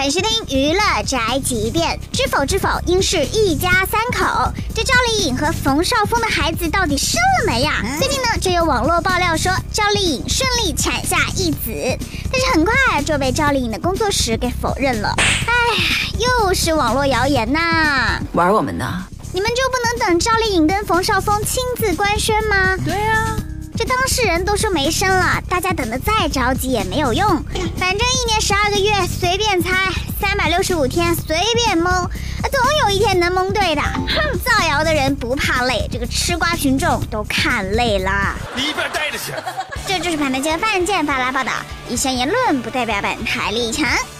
欢迎收听娱乐宅急便。知否，应是一家三口。这赵丽颖和冯绍峰的孩子到底生了没呀？最近呢，就有网络爆料说赵丽颖顺利产下一子，但是很快就被赵丽颖的工作室给否认了。又是网络谣言呐！ 玩我们呢？ 你们就不能等赵丽颖跟冯绍峰亲自官宣吗？ 对啊。 这当事人都说没生了，大家等得再着急也没有用。反正1年12个月随便猜，365天随便蒙，总有一天能蒙对的。造谣的人不怕累，这个吃瓜群众都看累了。 你一边待着去。 这就是盘面这个范建发来报道，以上言论不代表本台立场。